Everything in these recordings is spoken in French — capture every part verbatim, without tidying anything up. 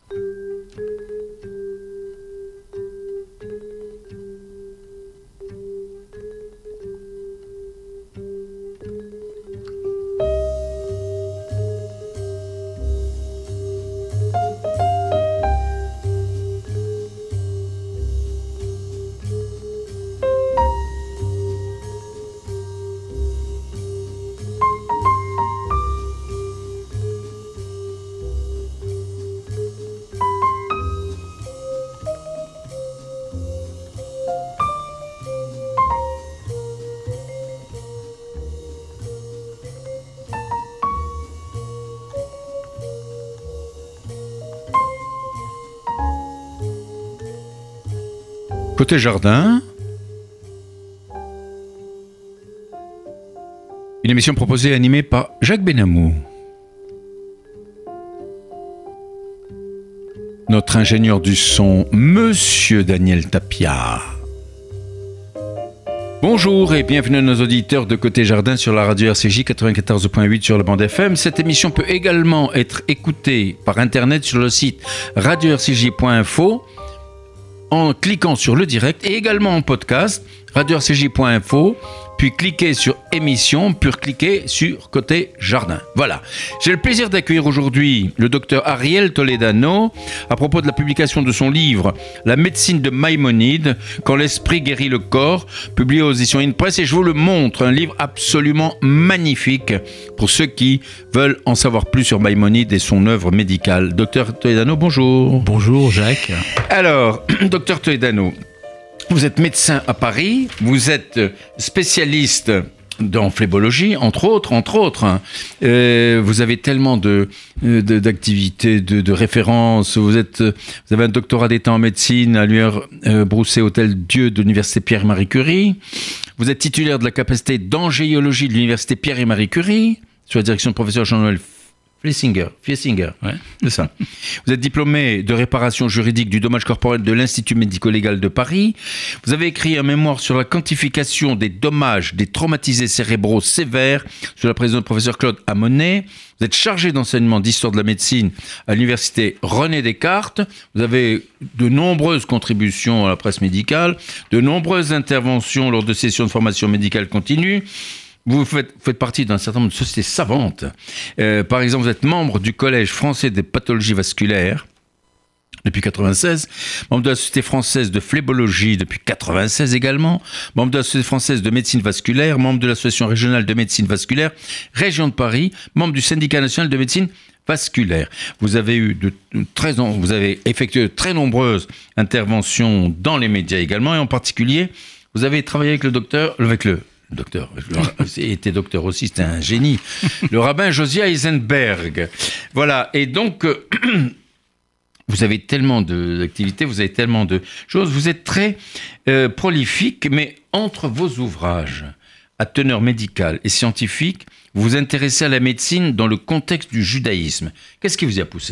Côté jardin, une émission proposée et animée par Jacques Benamou. Notre ingénieur du son, Monsieur Daniel Tapia. Bonjour et bienvenue à nos auditeurs de Côté Jardin sur la radio R C J quatre-vingt-quatorze point huit sur la bande F M. Cette émission peut également être écoutée par internet sur le site radio r c j point info en cliquant sur le direct et également en podcast radio r c j point info, puis cliquez sur émission, puis cliquez sur Côté Jardin. Voilà. J'ai le plaisir d'accueillir aujourd'hui le docteur Ariel Toledano à propos de la publication de son livre La médecine de Maïmonide, quand l'esprit guérit le corps, publié aux éditions InPress, et je vous le montre, un livre absolument magnifique pour ceux qui veulent en savoir plus sur Maïmonide et son œuvre médicale. Docteur Toledano, bonjour. Bonjour Jacques. Alors, docteur Toledano, vous êtes médecin à Paris, vous êtes spécialiste dans phlébologie, entre autres, entre autres. Hein. Euh, vous avez tellement de, de d'activités, de, de références. Vous êtes, vous avez un doctorat d'État en médecine à l'U R euh, Broussais Hôtel Dieu de l'Université Pierre et Marie Curie. Vous êtes titulaire de la capacité d'angéologie de l'Université Pierre et Marie Curie, sous la direction de professeur Jean-Noël Flessinger, Flessinger, ouais, c'est ça. Vous êtes diplômé de réparation juridique du dommage corporel de l'Institut médico-légal de Paris. Vous avez écrit un mémoire sur la quantification des dommages des traumatisés cérébraux sévères sous la présidence du professeur Claude Amonet. Vous êtes chargé d'enseignement d'histoire de la médecine à l'université René Descartes. Vous avez de nombreuses contributions à la presse médicale, de nombreuses interventions lors de sessions de formation médicale continue. Vous faites, faites partie d'un certain nombre de sociétés savantes. Euh, par exemple, vous êtes membre du Collège français des pathologies vasculaires depuis quatre-vingt-seize, membre de la Société française de phlébologie depuis quatre-vingt-seize également, membre de la Société française de médecine vasculaire, membre de l'Association régionale de médecine vasculaire, région de Paris, membre du Syndicat national de médecine vasculaire. Vous avez eu de, de très, vous avez effectué de très nombreuses interventions dans les médias également, et en particulier, vous avez travaillé avec le docteur, avec le Docteur, il était docteur aussi, c'était un génie. Le rabbin Josiah Eisenberg. Voilà, et donc, euh, vous avez tellement de, d'activités, vous avez tellement de choses, vous êtes très euh, prolifique, mais entre vos ouvrages à teneur médicale et scientifique, vous vous intéressez à la médecine dans le contexte du judaïsme. Qu'est-ce qui vous y a poussé ?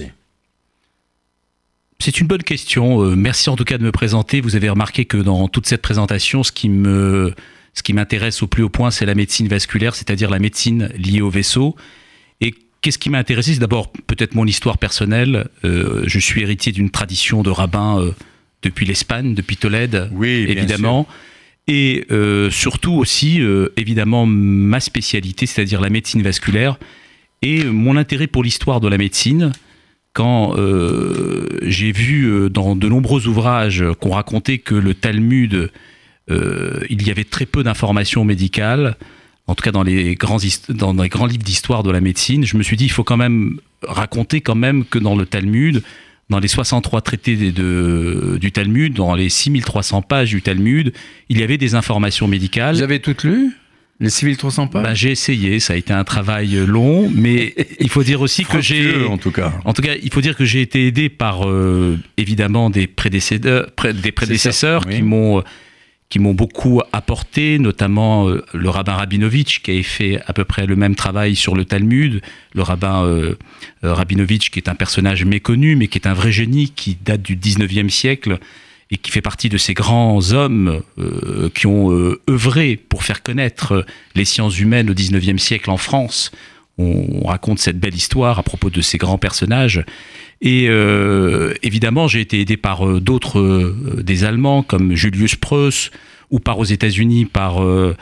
C'est une bonne question. Euh, merci en tout cas de me présenter. Vous avez remarqué que dans toute cette présentation, ce qui me... Ce qui m'intéresse au plus haut point, c'est la médecine vasculaire, c'est-à-dire la médecine liée au vaisseau. Et qu'est-ce qui m'a intéressé ? C'est d'abord peut-être mon histoire personnelle. Euh, je suis héritier d'une tradition de rabbin euh, depuis l'Espagne, depuis Tolède, oui, évidemment. Et euh, surtout aussi, euh, évidemment, ma spécialité, c'est-à-dire la médecine vasculaire. Et mon intérêt pour l'histoire de la médecine, quand euh, j'ai vu euh, dans de nombreux ouvrages qu'on racontait que le Talmud... Euh, il y avait très peu d'informations médicales, en tout cas dans les grands, dans les grands livres d'histoire de la médecine. Je me suis dit, il faut quand même raconter quand même que dans le Talmud, dans les soixante-trois traités de, de, du Talmud, dans les six mille trois cents pages du Talmud, il y avait des informations médicales. Vous avez toutes lues ? Les six mille trois cents pages ? Ben, j'ai essayé, ça a été un travail long, mais il faut dire aussi que j'ai... en tout cas. En tout cas, il faut dire que j'ai été aidé par, euh, évidemment, des prédécesseurs, des prédécesseurs qui oui. m'ont... qui m'ont beaucoup apporté, notamment euh, le rabbin Rabinovitch, qui avait fait à peu près le même travail sur le Talmud. Le rabbin euh, euh, Rabinovitch, qui est un personnage méconnu, mais qui est un vrai génie, qui date du dix-neuvième siècle, et qui fait partie de ces grands hommes euh, qui ont euh, œuvré pour faire connaître les sciences humaines au dix-neuvième siècle en France. on raconte cette belle histoire à propos de ces grands personnages. Et euh, évidemment, j'ai été aidé par euh, d'autres, euh, des Allemands comme Julius Preuss, ou par aux États-Unis par euh,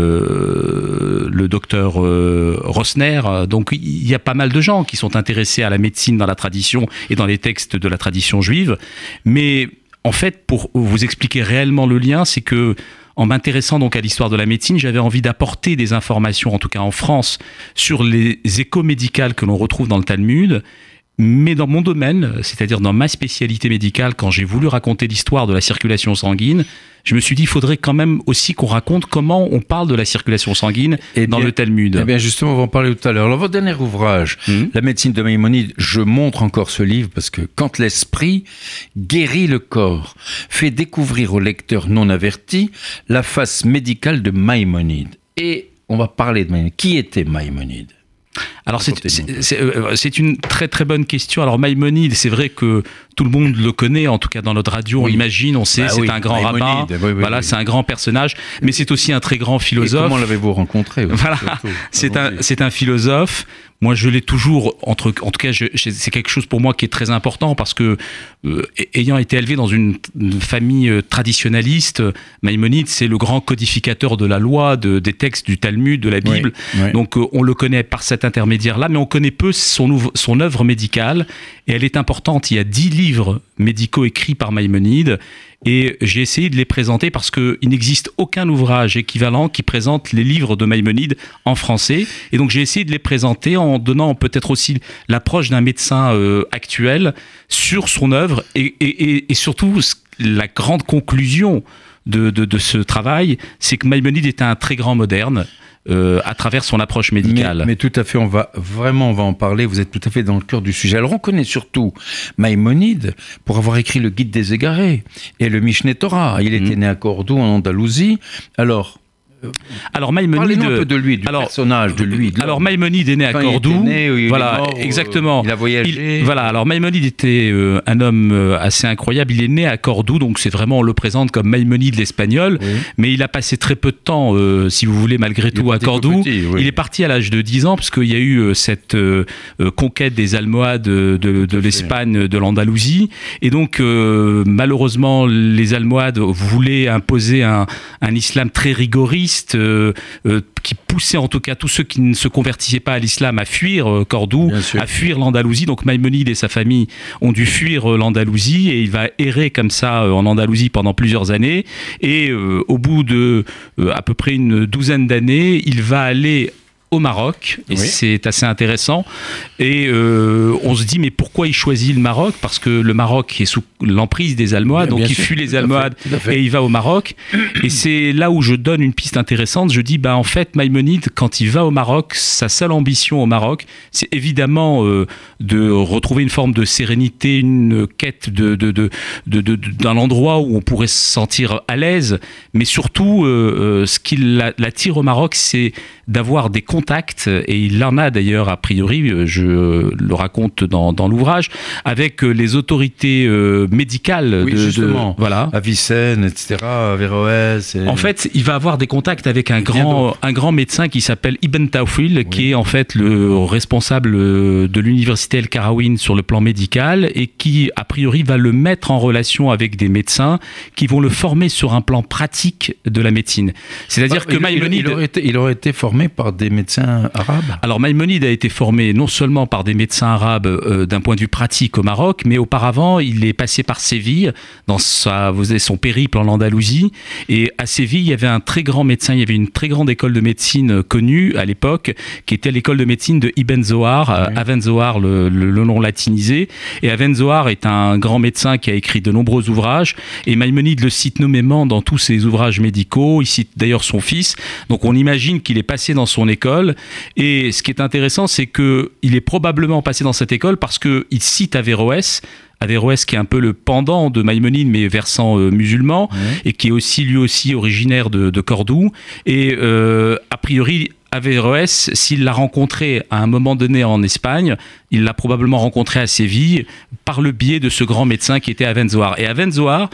euh, le docteur euh, Rosner. Donc il y a pas mal de gens qui sont intéressés à la médecine dans la tradition et dans les textes de la tradition juive. Mais en fait, pour vous expliquer réellement le lien, c'est que en m'intéressant donc à l'histoire de la médecine, j'avais envie d'apporter des informations, en tout cas en France, sur les échos médicales que l'on retrouve dans le Talmud. Mais dans mon domaine, c'est-à-dire dans ma spécialité médicale, quand j'ai voulu raconter l'histoire de la circulation sanguine, je me suis dit, il faudrait quand même aussi qu'on raconte comment on parle de la circulation sanguine et dans bien, le Talmud. Eh bien, justement, on va en parler tout à l'heure. Alors, votre dernier ouvrage, mmh. La médecine de Maïmonide, je montre encore ce livre parce que quand l'esprit guérit le corps, fait découvrir au lecteur non averti la face médicale de Maïmonide. Et on va parler de Maïmonide. Qui était Maïmonide ? Alors c'est, c'est, c'est, c'est une très très bonne question. Alors Maïmonide, c'est vrai que tout le monde le connaît, en tout cas dans notre radio, oui. on l'imagine, on sait, bah, c'est oui. un grand Maïmonide, rabbin, oui, oui, voilà, oui. c'est un grand personnage, mais c'est aussi un très grand philosophe. Et comment l'avez-vous rencontré aussi, Voilà, c'est un, c'est un philosophe. Moi, je l'ai toujours, entre, en tout cas, je, c'est quelque chose pour moi qui est très important parce que, euh, ayant été élevé dans une, une famille traditionnaliste, Maïmonide, c'est le grand codificateur de la loi, de, des textes du Talmud, de la Bible. Oui, oui. Donc, euh, on le connaît par cet intermédiaire-là, mais on connaît peu son, son œuvre médicale. Et elle est importante. Il y a dix livres médicaux écrits par Maïmonide. Et j'ai essayé de les présenter parce qu'il n'existe aucun ouvrage équivalent qui présente les livres de Maïmonide en français. Et donc j'ai essayé de les présenter en donnant peut-être aussi l'approche d'un médecin euh, actuel sur son œuvre. Et, et, et surtout, la grande conclusion de, de, de ce travail, c'est que Maïmonide est un très grand moderne. Euh, à travers son approche médicale. Mais, mais tout à fait, on va vraiment on va en parler, vous êtes tout à fait dans le cœur du sujet. Alors on connaît surtout Maïmonide pour avoir écrit le Guide des égarés et le Mishneh Torah. Il était mmh. né à Cordoue en Andalousie. Alors Alors Maïmonide, parlez-nous un peu de lui, du alors, personnage, de lui. De alors Maïmonide est né à Cordoue, né, voilà, mort, exactement. Il a voyagé. Il, voilà, alors Maïmonide était euh, un homme euh, assez incroyable. Il est né à Cordoue, donc c'est vraiment on le présente comme Maïmonide l'espagnol, oui. mais il a passé très peu de temps, euh, si vous voulez, malgré il tout à Cordoue. Petit, oui. Il est parti à l'âge de dix ans parce qu'il y a eu euh, cette euh, conquête des Almohades de, de, de l'Espagne, de l'Andalousie, et donc euh, malheureusement les Almohades voulaient imposer un, un islam très rigoriste. Euh, euh, qui poussait en tout cas tous ceux qui ne se convertissaient pas à l'islam à fuir euh, Cordoue, à fuir l'Andalousie. Donc Maïmonide et sa famille ont dû fuir euh, l'Andalousie et il va errer comme ça euh, en Andalousie pendant plusieurs années. Et euh, au bout de euh, à peu près une douzaine d'années, il va aller au Maroc, et oui. c'est assez intéressant. Et euh, on se dit, mais pourquoi il choisit le Maroc ? Parce que le Maroc est sous l'emprise des Almohades, bien, donc bien il sûr, fuit les Almohades et il va au Maroc. Et c'est là où je donne une piste intéressante. Je dis, bah, en fait, Maïmonide, quand il va au Maroc, sa seule ambition au Maroc, c'est évidemment euh, de retrouver une forme de sérénité, une quête de, de, de, de, de, de, d'un endroit où on pourrait se sentir à l'aise. Mais surtout, euh, ce qui l'attire au Maroc, c'est d'avoir des contacts, et il en a d'ailleurs a priori, je le raconte dans, dans l'ouvrage, avec les autorités euh, médicales. Oui, de, justement, de, voilà. Avicenne, et cetera, Averroès. Et... En fait, il va avoir des contacts avec un grand, un grand médecin qui s'appelle Ibn Tawfil, oui. qui est en fait le responsable de l'université El Karawin sur le plan médical, et qui, a priori, va le mettre en relation avec des médecins qui vont le former sur un plan pratique de la médecine. C'est-à-dire bah, que il, Maïmonide... Il, il, aurait été, il aurait été formé par des médecins arabes ? Alors Maïmonide a été formé non seulement par des médecins arabes euh, d'un point de vue pratique au Maroc, mais auparavant il est passé par Séville dans sa, vous savez, son périple en Andalousie, et à Séville il y avait un très grand médecin, il y avait une très grande école de médecine connue à l'époque qui était l'école de médecine de Ibn Zohar, oui. Avenzoar le, le, le nom latinisé, et Avenzoar est un grand médecin qui a écrit de nombreux ouvrages, et Maïmonide le cite nommément dans tous ses ouvrages médicaux, il cite d'ailleurs son fils, donc on imagine qu'il est passé dans son école. Et ce qui est intéressant, c'est qu'il est probablement passé dans cette école parce qu'il cite Averroès, Averroès qui est un peu le pendant de Maïmonide mais versant euh, musulman, mmh. et qui est aussi lui aussi originaire de, de Cordoue. Et euh, a priori, Averroès, s'il l'a rencontré à un moment donné en Espagne, il l'a probablement rencontré à Séville par le biais de ce grand médecin qui était Avenzoar. Et Avenzoar,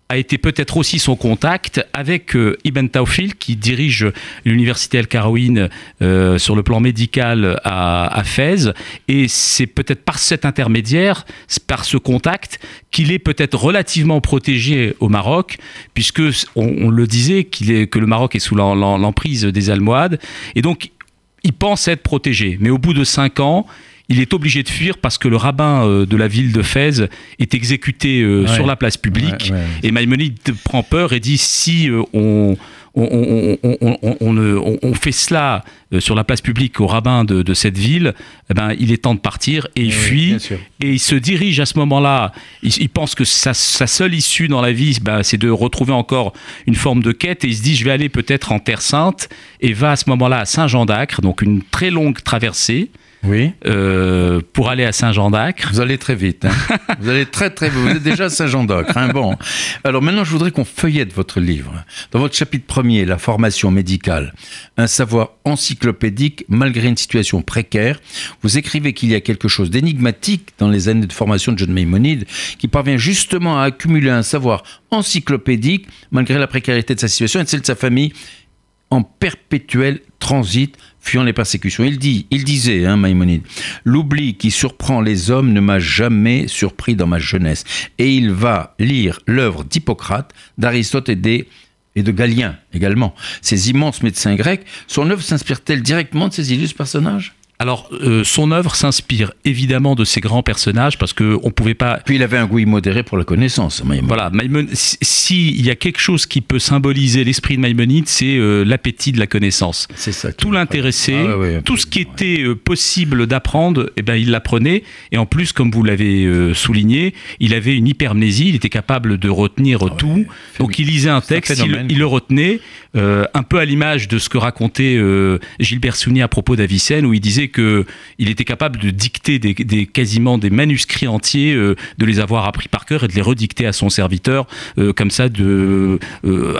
a été peut-être aussi son contact avec euh, Ibn Tawfil, qui dirige l'université Al-Qarawiyyin euh, sur le plan médical à, à Fès. Et c'est peut-être par cet intermédiaire, par ce contact, qu'il est peut-être relativement protégé au Maroc, puisque on, on le disait qu'il est, que le Maroc est sous l'emprise des Almohades. Et donc, il pense être protégé. Mais au bout de cinq ans, il est obligé de fuir parce que le rabbin euh, de la ville de Fès est exécuté euh, ouais. sur la place publique. Ouais, ouais, ouais. Et Maïmonide prend peur et dit si euh, on, on, on, on, on, on, on, on fait cela euh, sur la place publique au rabbin de, de cette ville, eh ben, il est temps de partir. Et il oui, fuit. Et il se dirige à ce moment-là. Il, il pense que sa, sa seule issue dans la vie, ben, c'est de retrouver encore une forme de quête. Et il se dit je vais aller peut-être en Terre Sainte. Et va à ce moment-là à Saint-Jean-d'Acre, donc une très longue traversée. Oui. Euh, pour aller à Saint-Jean-d'Acre. Vous allez très vite. Hein. Vous allez très très vite. Vous êtes déjà à Saint-Jean-d'Acre. Hein. Bon. Alors maintenant, je voudrais qu'on feuillette votre livre. Dans votre chapitre premier, la formation médicale, un savoir encyclopédique malgré une situation précaire, vous écrivez qu'il y a quelque chose d'énigmatique dans les années de formation de John Maïmonide, qui parvient justement à accumuler un savoir encyclopédique malgré la précarité de sa situation et de celle de sa famille, en perpétuel transit, fuyant les persécutions. Il dit, il disait, hein, Maïmonide, l'oubli qui surprend les hommes ne m'a jamais surpris dans ma jeunesse. Et il va lire l'œuvre d'Hippocrate, d'Aristote et, des, et de Galien également. Ces immenses médecins grecs, son œuvre s'inspire-t-elle directement de ces illustres personnages ? Alors, euh, son œuvre s'inspire évidemment de ces grands personnages parce qu'on ne pouvait pas... Puis il avait un goût immodéré pour la connaissance, Maïmonide. Voilà, Maïmonide, s'il y a quelque chose qui peut symboliser l'esprit de Maïmonide, c'est euh, l'appétit de la connaissance. C'est ça. Tout l'intéressait, ah, ouais, ouais, tout ce qui était euh, possible d'apprendre, eh ben, il l'apprenait. Et en plus, comme vous l'avez euh, souligné, il avait une hypermnésie, il était capable de retenir ah, tout. Ouais, Donc il lisait un texte, un il, il le retenait, euh, un peu à l'image de ce que racontait euh, Gilbert Souni à propos d'Avicenne, où il disait qu'il était capable de dicter des, des, quasiment des manuscrits entiers, euh, de les avoir appris par cœur et de les redicter à son serviteur, euh, comme ça, de, euh,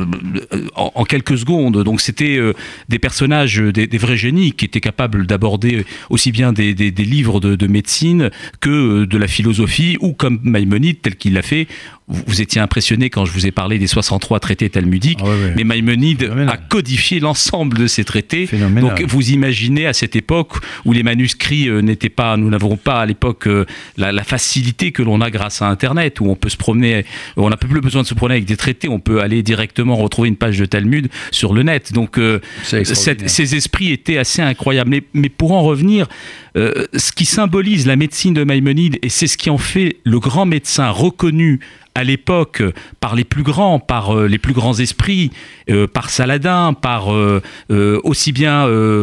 en, en quelques secondes. Donc c'était euh, des personnages, des, des vrais génies, qui étaient capables d'aborder aussi bien des, des, des livres de, de médecine que de la philosophie, ou comme Maïmonide, tel qu'il l'a fait. Vous étiez impressionné quand je vous ai parlé des soixante-trois traités talmudiques, ah ouais, ouais. mais Maïmonide Phénoménal. a codifié l'ensemble de ces traités. Phénoménal. Donc vous imaginez à cette époque où les manuscrits euh, n'étaient pas, nous n'avons pas à l'époque euh, la, la facilité que l'on a grâce à Internet, où on peut se promener, on n'a plus besoin de se promener avec des traités, on peut aller directement retrouver une page de Talmud sur le net. Donc euh, cette, ces esprits étaient assez incroyables. Mais, mais pour en revenir, euh, ce qui symbolise la médecine de Maïmonide, et c'est ce qui en fait le grand médecin reconnu à l'époque par les plus grands, par euh, les plus grands esprits, euh, par Saladin, par euh, euh, aussi bien euh,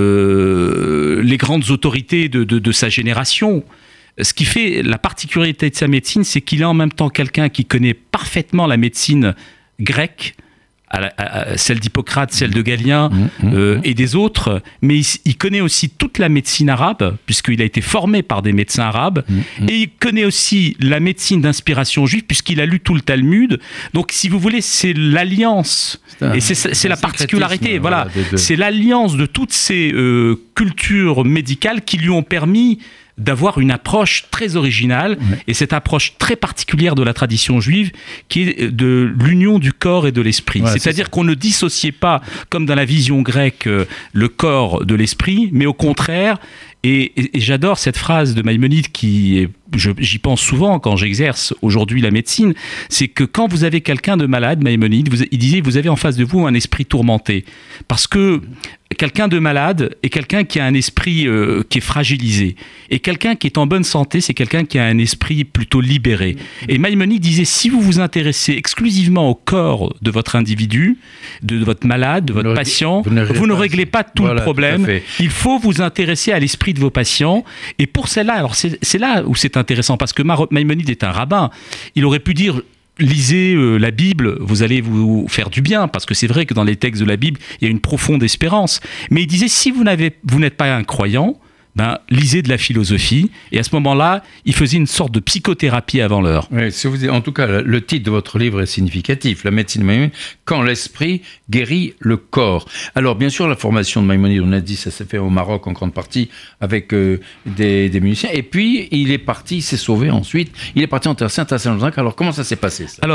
euh, les grandes autorités de, de, de sa génération. Ce qui fait la particularité de sa médecine, c'est qu'il est en même temps quelqu'un qui connaît parfaitement la médecine grecque, à la, à celle d'Hippocrate, celle de Galien mmh, euh, mmh. et des autres, mais il, il connaît aussi toute la médecine arabe, puisqu'il a été formé par des médecins arabes, mmh. et il connaît aussi la médecine d'inspiration juive, puisqu'il a lu tout le Talmud. Donc, si vous voulez, c'est l'alliance, c'est un, et c'est, c'est la particularité, voilà, voilà de, de... c'est l'alliance de toutes ces euh, cultures médicales qui lui ont permis d'avoir une approche très originale, ouais. et cette approche très particulière de la tradition juive, qui est de l'union du corps et de l'esprit. Ouais, C'est-à-dire c'est qu'on ne dissociait pas, comme dans la vision grecque, le corps de l'esprit, mais au contraire, et, et, et j'adore cette phrase de Maïmonide qui est, je, j'y pense souvent quand j'exerce aujourd'hui la médecine, c'est que quand vous avez quelqu'un de malade, Maïmonide, vous, il disait, vous avez en face de vous un esprit tourmenté. Parce que quelqu'un de malade est quelqu'un qui a un esprit euh, qui est fragilisé. Et quelqu'un qui est en bonne santé, c'est quelqu'un qui a un esprit plutôt libéré. Et Maïmonide disait, si vous vous intéressez exclusivement au corps de votre individu, de votre malade, de votre vous patient, vous ne, vous ne réglez pas tout voilà, le problème. Tout Il faut vous intéresser à l'esprit de vos patients. Et pour cela, alors c'est, c'est là où c'est intéressant, parce que Maïmonide est un rabbin. Il aurait pu dire... lisez euh, la Bible, vous allez vous faire du bien, parce que c'est vrai que dans les textes de la Bible, il y a une profonde espérance. Mais il disait, si vous, n'avez, vous n'êtes pas un croyant, ben, lisez de la philosophie. Et à ce moment-là, il faisait une sorte de psychothérapie avant l'heure. Oui, si vous, en tout cas, le titre de votre livre est significatif. La médecine de Maïmonide, quand l'esprit guérit le corps. Alors, bien sûr, la formation de Maïmonide, on a dit, ça s'est fait au Maroc en grande partie avec euh, des, des musiciens. Et puis, il est parti, il s'est sauvé ensuite. Il est parti en Terre Sainte à Saint-Jean-d'Acre. Alors, comment ça s'est passé, ça ? Alors,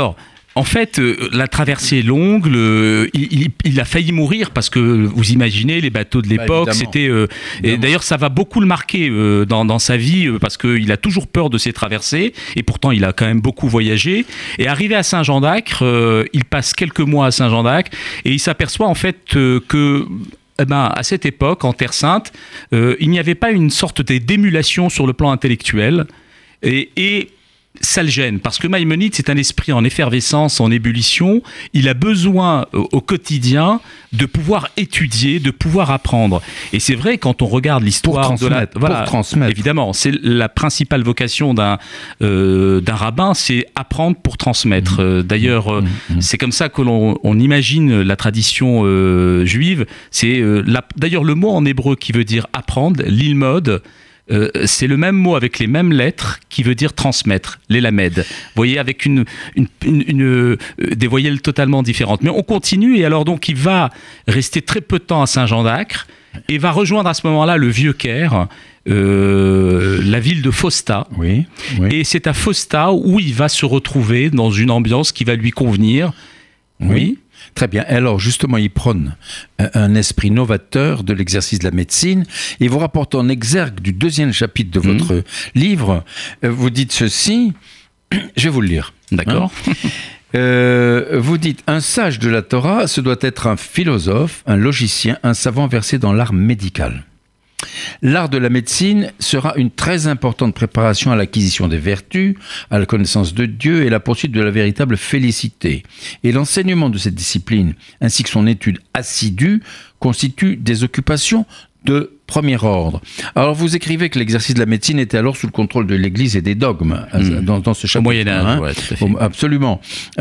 En fait, euh, la traversée est longue, le, il, il, il a failli mourir parce que, vous imaginez, les bateaux de l'époque, bah, c'était... Euh, et d'ailleurs, ça va beaucoup le marquer euh, dans, dans sa vie euh, parce qu'il a toujours peur de ces traversées et pourtant, il a quand même beaucoup voyagé. Et arrivé à Saint-Jean-d'Acre, euh, il passe quelques mois à Saint-Jean-d'Acre et il s'aperçoit en fait euh, que... Eh ben, à cette époque, en Terre Sainte, euh, il n'y avait pas une sorte d'émulation sur le plan intellectuel et... et ça le gêne, parce que Maïmonide, c'est un esprit en effervescence, en ébullition. Il a besoin euh, au quotidien de pouvoir étudier, de pouvoir apprendre. Et c'est vrai, quand on regarde l'histoire de la... Voilà, pour transmettre. Évidemment, c'est la principale vocation d'un, euh, d'un rabbin, c'est apprendre pour transmettre. Mmh. D'ailleurs, mmh. Mmh. c'est comme ça que l'on on imagine la tradition euh, juive. C'est, euh, la, d'ailleurs, le mot en hébreu qui veut dire apprendre, l'ilmod, Euh, c'est le même mot avec les mêmes lettres qui veut dire transmettre, les lamed. Vous voyez, avec une, une, une, une, euh, des voyelles totalement différentes. Mais on continue et alors donc il va rester très peu de temps à Saint-Jean-d'Acre et va rejoindre à ce moment-là le Vieux-Caire, euh, la ville de Fausta. Oui, oui. Et c'est à Fausta où il va se retrouver dans une ambiance qui va lui convenir. Oui. oui. Très bien. Alors, justement, il prône un esprit novateur de l'exercice de la médecine. Et vous rapportez en exergue du deuxième chapitre de votre mmh. livre, vous dites ceci, je vais vous le lire. D'accord. Hein euh, vous dites, un sage de la Torah, ce doit être un philosophe, un logicien, un savant versé dans l'art médical. L'art de la médecine sera une très importante préparation à l'acquisition des vertus, à la connaissance de Dieu et la poursuite de la véritable félicité. Et l'enseignement de cette discipline, ainsi que son étude assidue, constituent des occupations de premier ordre. Alors vous écrivez que l'exercice de la médecine était alors sous le contrôle de l'Église et des dogmes, mmh. dans, dans ce chapitre. Au Moyen-Âge, hein. ouais, tout à fait. Absolument.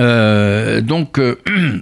Euh, donc... Euh,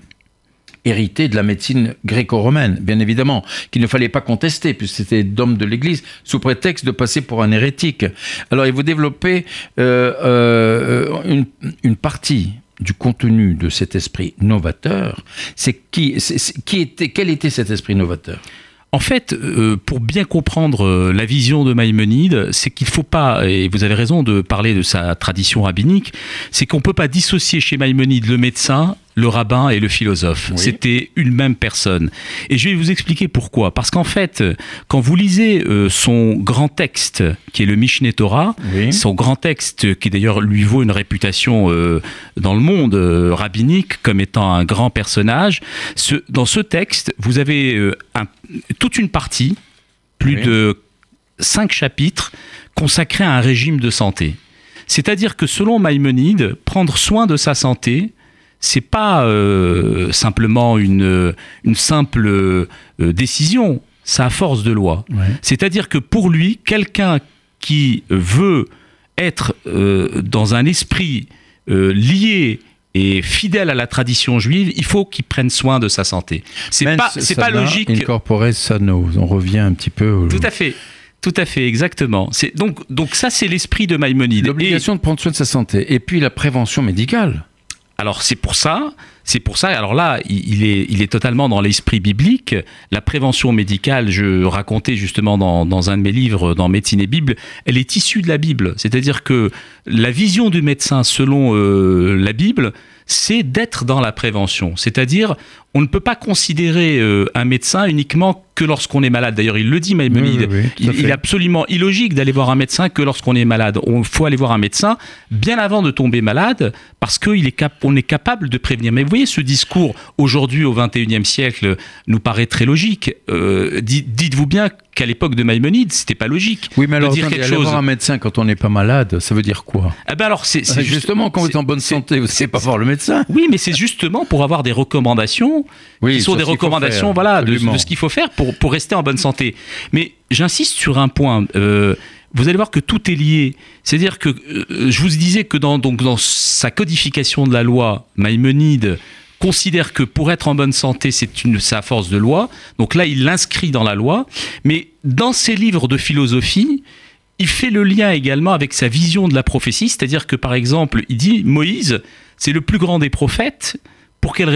hérité de la médecine gréco-romaine, bien évidemment, qu'il ne fallait pas contester, puisque c'était d'hommes de l'Église, sous prétexte de passer pour un hérétique. Alors, il vous développez euh, euh, une, une partie du contenu de cet esprit novateur. C'est qui, c'est, c'est, qui était, quel était cet esprit novateur ? En fait, euh, pour bien comprendre euh, la vision de Maïmonide, c'est qu'il ne faut pas, et vous avez raison de parler de sa tradition rabbinique, c'est qu'on ne peut pas dissocier chez Maïmonide le médecin, le rabbin et le philosophe. Oui. C'était une même personne. Et je vais vous expliquer pourquoi. Parce qu'en fait, quand vous lisez euh, son grand texte, qui est le Mishneh Torah, oui. son grand texte qui d'ailleurs lui vaut une réputation euh, dans le monde euh, rabbinique comme étant un grand personnage, ce, dans ce texte, vous avez euh, un, toute une partie, plus oui. de cinq chapitres, consacrés à un régime de santé. C'est-à-dire que selon Maïmonide, prendre soin de sa santé, c'est pas euh, simplement une, une simple euh, décision, ça a force de loi. Ouais. C'est-à-dire que pour lui, quelqu'un qui veut être euh, dans un esprit euh, lié et fidèle à la tradition juive, il faut qu'il prenne soin de sa santé. C'est Mens pas, c'est pas logique. Incorpore sano, on revient un petit peu. Au... Tout à fait. Tout à fait, exactement. C'est, donc, donc ça, c'est l'esprit de Maïmonide. L'obligation et... de prendre soin de sa santé. Et puis la prévention médicale. Alors c'est pour ça, c'est pour ça. Alors là, il est, il est totalement dans l'esprit biblique. La prévention médicale, je racontais justement dans, dans un de mes livres, dans Médecine et Bible, elle est issue de la Bible. C'est-à-dire que la vision du médecin, selon euh, la Bible, c'est d'être dans la prévention. C'est-à-dire, on ne peut pas considérer euh, un médecin uniquement que lorsqu'on est malade. D'ailleurs, il le dit, Maïmonide. Oui, oui, oui, il, il est absolument illogique d'aller voir un médecin que lorsqu'on est malade. Il faut aller voir un médecin bien avant de tomber malade parce qu'on est, cap- est capable de prévenir. Mais vous voyez, ce discours, aujourd'hui, au vingt et unième siècle, nous paraît très logique. Euh, dites-vous bien qu'à l'époque de Maïmonide, c'était pas logique. Oui, mais alors, de dire attendez, quelque aller chose. voir un médecin quand on n'est pas malade, ça veut dire quoi ? Ah ben alors, c'est, c'est justement juste, quand vous êtes en bonne santé, vous ne savez pas voir le médecin. Oui, mais c'est justement pour avoir des recommandations, oui, qui sont des recommandations, voilà, de, de ce qu'il faut faire pour pour rester en bonne santé. Mais j'insiste sur un point. Euh, vous allez voir que tout est lié. C'est-à-dire que euh, je vous disais que dans donc dans sa codification de la loi, Maïmonide considère que pour être en bonne santé, c'est une sa force de loi. Donc là, il l'inscrit dans la loi. Mais dans ses livres de philosophie, il fait le lien également avec sa vision de la prophétie. C'est-à-dire que, par exemple, il dit Moïse, c'est le plus grand des prophètes. Pour quelle raison ?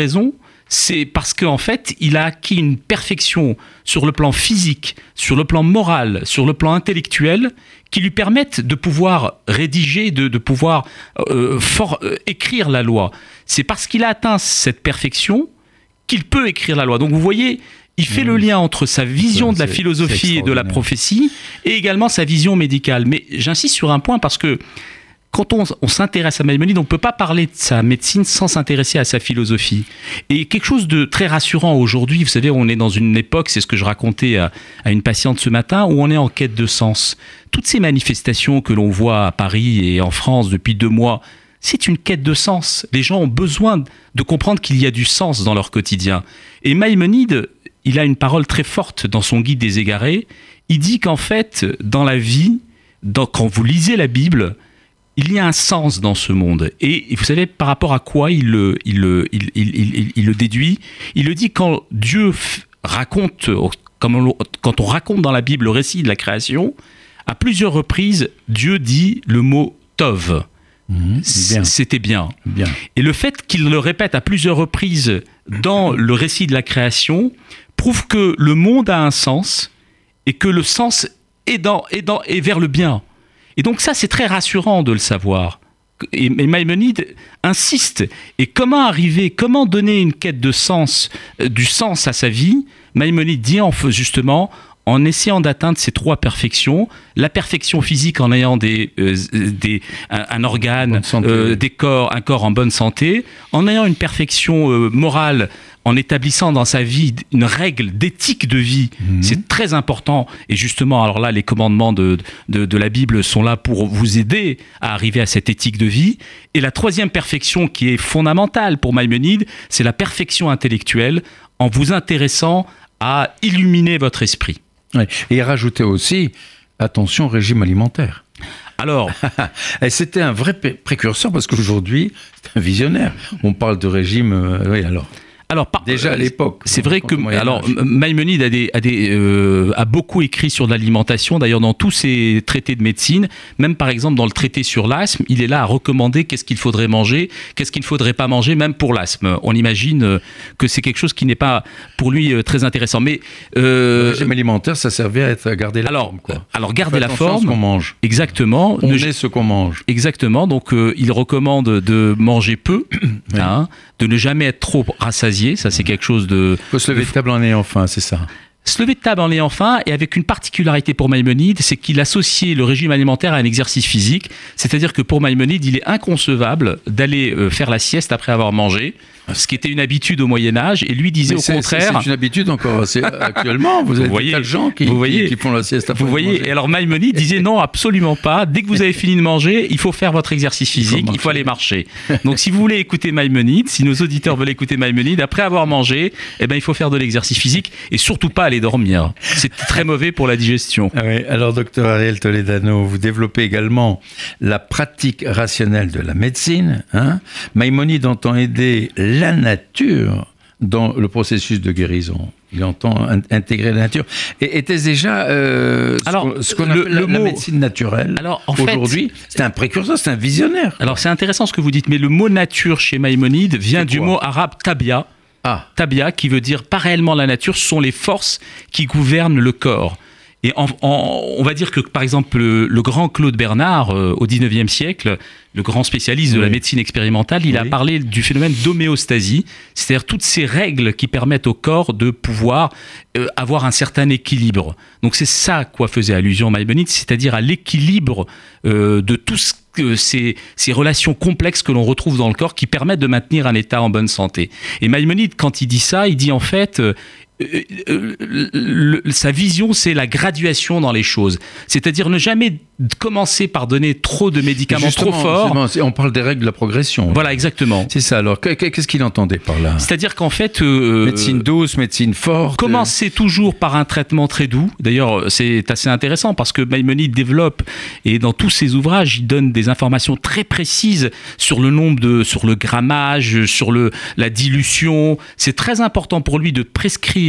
c'est parce qu'en fait, il a acquis une perfection sur le plan physique, sur le plan moral, sur le plan intellectuel, qui lui permettent de pouvoir rédiger, de, de pouvoir euh, for, euh, écrire la loi. C'est parce qu'il a atteint cette perfection qu'il peut écrire la loi. Donc vous voyez, il fait mmh. le lien entre sa vision c'est, de la philosophie et de la prophétie et également sa vision médicale. Mais j'insiste sur un point parce que quand on, on s'intéresse à Maïmonide, on ne peut pas parler de sa médecine sans s'intéresser à sa philosophie. Et quelque chose de très rassurant aujourd'hui, vous savez, on est dans une époque, c'est ce que je racontais à, à une patiente ce matin, où on est en quête de sens. Toutes ces manifestations que l'on voit à Paris et en France depuis deux mois, c'est une quête de sens. Les gens ont besoin de comprendre qu'il y a du sens dans leur quotidien. Et Maïmonide, il a une parole très forte dans son Guide des égarés. Il dit qu'en fait, dans la vie, dans, quand vous lisez la Bible, il y a un sens dans ce monde. Et vous savez par rapport à quoi il le, il le, il, il, il, il le déduit? Il le dit quand Dieu raconte, comme on, quand on raconte dans la Bible le récit de la création, à plusieurs reprises, Dieu dit le mot « tov ». Mmh, bien. C'était bien. bien. Et le fait qu'il le répète à plusieurs reprises dans le récit de la création prouve que le monde a un sens et que le sens est, dans, est, dans, est vers le bien. Et donc ça, c'est très rassurant de le savoir. Et, et Maïmonide insiste. Et comment arriver, comment donner une quête de sens, euh, du sens à sa vie? Maïmonide dit en, justement, en essayant d'atteindre ces trois perfections, la perfection physique en ayant des, euh, des, un, un organe, euh, des corps, un corps en bonne santé, en ayant une perfection euh, morale, en établissant dans sa vie une règle d'éthique de vie, mmh. c'est très important. Et justement, alors là, les commandements de, de, de la Bible sont là pour vous aider à arriver à cette éthique de vie. Et la troisième perfection qui est fondamentale pour Maïmonide, c'est la perfection intellectuelle en vous intéressant à illuminer votre esprit. Ouais. Et rajouter aussi, attention, régime alimentaire. Alors, et c'était un vrai précurseur parce qu'aujourd'hui, c'est un visionnaire. On parle de régime, euh, oui alors... Alors, par, déjà à l'époque. C'est vrai que alors Maïmonide a, des, a, des, euh, a beaucoup écrit sur l'alimentation. D'ailleurs, dans tous ses traités de médecine, même par exemple dans le traité sur l'asthme, il est là à recommander qu'est-ce qu'il faudrait manger, qu'est-ce qu'il ne faudrait pas manger, même pour l'asthme. On imagine que c'est quelque chose qui n'est pas pour lui très intéressant. Mais euh, le régime alimentaire, ça servait à, être, à garder la alors, forme. Quoi. Alors garder la forme. Ce qu'on mange. Exactement. On est ce qu'on mange. Exactement. Donc euh, il recommande de manger peu, oui. hein, de ne jamais être trop rassasié. Ça, c'est quelque chose de... Il faut se lever de table en ayant faim, c'est ça. Se lever de table en ayant faim, et avec une particularité pour Maïmonide, c'est qu'il associait le régime alimentaire à un exercice physique. C'est-à-dire que pour Maïmonide, il est inconcevable d'aller euh, faire la sieste après avoir mangé, ce qui était une habitude au Moyen-Âge, et lui disait Mais au c'est, contraire... C'est, c'est une habitude encore c'est, actuellement, vous, vous avez voyez, des tas de gens qui, vous voyez, qui, qui font la sieste après Vous voyez, manger. Et alors Maïmonide disait non, absolument pas, dès que vous avez fini de manger, il faut faire votre exercice physique, il faut, il faut aller marcher. Donc si vous voulez écouter Maïmonide, si nos auditeurs veulent écouter Maïmonide, après avoir mangé, eh ben, il faut faire de l'exercice physique, et surtout pas aller dormir. C'est très mauvais pour la digestion. Ah oui. Alors docteur Ariel Toledano, vous développez également la pratique rationnelle de la médecine. Hein. Maïmonide entend aider la nature dans le processus de guérison. Il entend in- intégrer la nature. Et était-ce déjà euh, alors, ce qu'on appelle le, la, le la mot... médecine naturelle alors, en aujourd'hui? fait, c'est un précurseur, c'est un visionnaire. Alors c'est intéressant ce que vous dites, mais le mot nature chez Maïmonide vient du mot arabe tabia. Ah. Tabia, qui veut dire pas réellement la nature, ce sont les forces qui gouvernent le corps. Et en, en, on va dire que, par exemple, le, le grand Claude Bernard, euh, au dix-neuvième siècle, le grand spécialiste de oui. la médecine expérimentale, il oui. a parlé du phénomène d'homéostasie, c'est-à-dire toutes ces règles qui permettent au corps de pouvoir euh, avoir un certain équilibre. Donc c'est ça à quoi faisait allusion Maïmonide, c'est-à-dire à l'équilibre euh, de tout ce que ces, ces relations complexes que l'on retrouve dans le corps qui permettent de maintenir un état en bonne santé. Et Maïmonide, quand il dit ça, il dit en fait... Euh, Euh, euh, le, le, sa vision, c'est la graduation dans les choses. C'est-à-dire ne jamais commencer par donner trop de médicaments trop forts. On parle des règles de la progression. Voilà, exactement. C'est ça. Alors, qu'est-ce qu'il entendait par là? C'est-à-dire qu'en fait... Euh, médecine douce, médecine forte. Commencer toujours par un traitement très doux. D'ailleurs, c'est assez intéressant parce que Maïmonide développe, et dans tous ses ouvrages, il donne des informations très précises sur le nombre de... sur le grammage, sur le, la dilution. C'est très important pour lui de prescrire